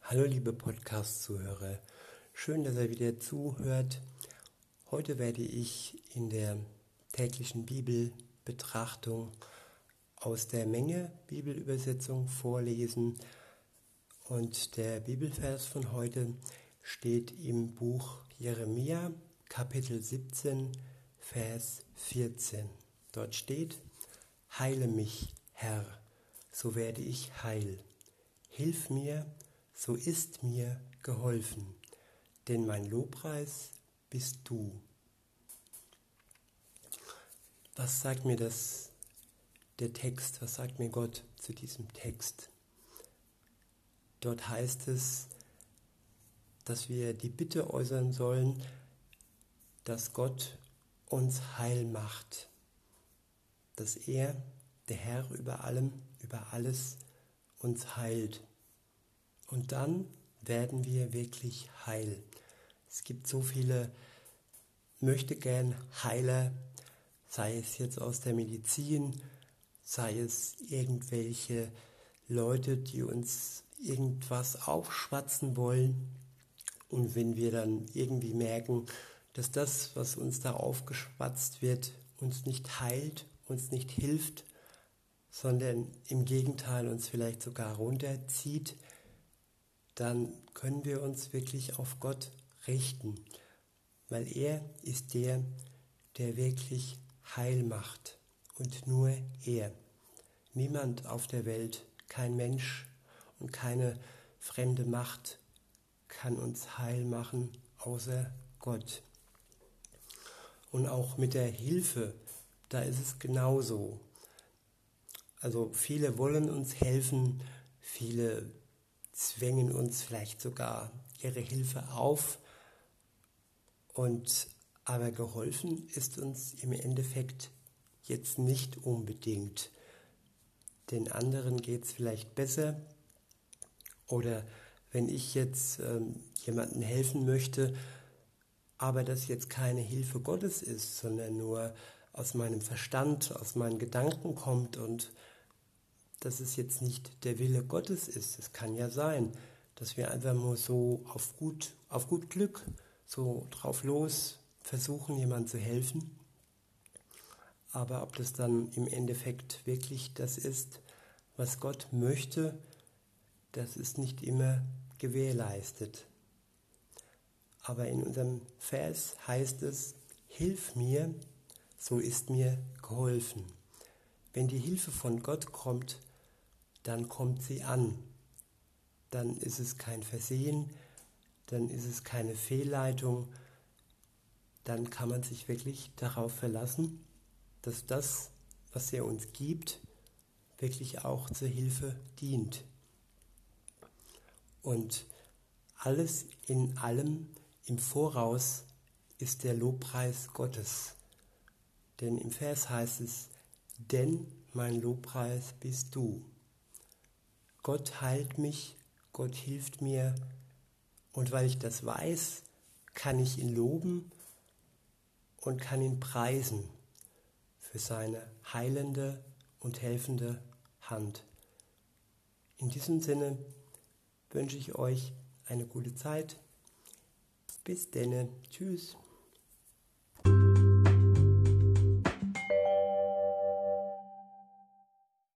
Hallo liebe Podcast-Zuhörer, schön, dass ihr wieder zuhört. Heute werde ich in der täglichen Bibelbetrachtung aus der Menge Bibelübersetzung vorlesen und der Bibelvers von heute steht im Buch Jeremia, Kapitel 17, Vers 14. Dort steht: Heile mich, Herr, so werde ich heil. Hilf mir, so ist mir geholfen, denn mein Lobpreis bist du. Was sagt mir der Text, was sagt mir Gott zu diesem Text? Dort heißt es, dass wir die Bitte äußern sollen, dass Gott uns heil macht, dass er, der Herr über allem, über alles, uns heilt. Und dann werden wir wirklich heil. Es gibt so viele möchtegern Heiler, sei es jetzt aus der Medizin, sei es irgendwelche Leute, die uns irgendwas aufschwatzen wollen. Und wenn wir dann irgendwie merken, dass das, was uns da aufgeschwatzt wird, uns nicht heilt, uns nicht hilft, sondern im Gegenteil uns vielleicht sogar runterzieht, dann können wir uns wirklich auf Gott richten, weil er ist der, der wirklich heil macht und nur er. Niemand auf der Welt, kein Mensch und keine fremde Macht kann uns heil machen, außer Gott. Und auch mit der Hilfe, da ist es genauso. Also viele wollen uns helfen, viele zwängen uns vielleicht sogar ihre Hilfe auf, aber geholfen ist uns im Endeffekt jetzt nicht unbedingt. Den anderen geht es vielleicht besser, oder wenn ich jetzt jemandem helfen möchte, aber das jetzt keine Hilfe Gottes ist, sondern nur aus meinem Verstand, aus meinen Gedanken kommt und dass es jetzt nicht der Wille Gottes ist. Es kann ja sein, dass wir einfach nur so auf gut Glück, so drauf los versuchen, jemandem zu helfen. Aber ob das dann im Endeffekt wirklich das ist, was Gott möchte, das ist nicht immer gewährleistet. Aber in unserem Vers heißt es: Hilf mir, so ist mir geholfen. Wenn die Hilfe von Gott kommt, dann kommt sie an. Dann ist es kein Versehen, dann ist es keine Fehlleitung. Dann kann man sich wirklich darauf verlassen, dass das, was er uns gibt, wirklich auch zur Hilfe dient. Und alles in allem im Voraus ist der Lobpreis Gottes. Denn im Vers heißt es: Denn mein Lobpreis bist du. Gott heilt mich, Gott hilft mir, und weil ich das weiß, kann ich ihn loben und kann ihn preisen für seine heilende und helfende Hand. In diesem Sinne wünsche ich euch eine gute Zeit. Bis denne. Tschüss.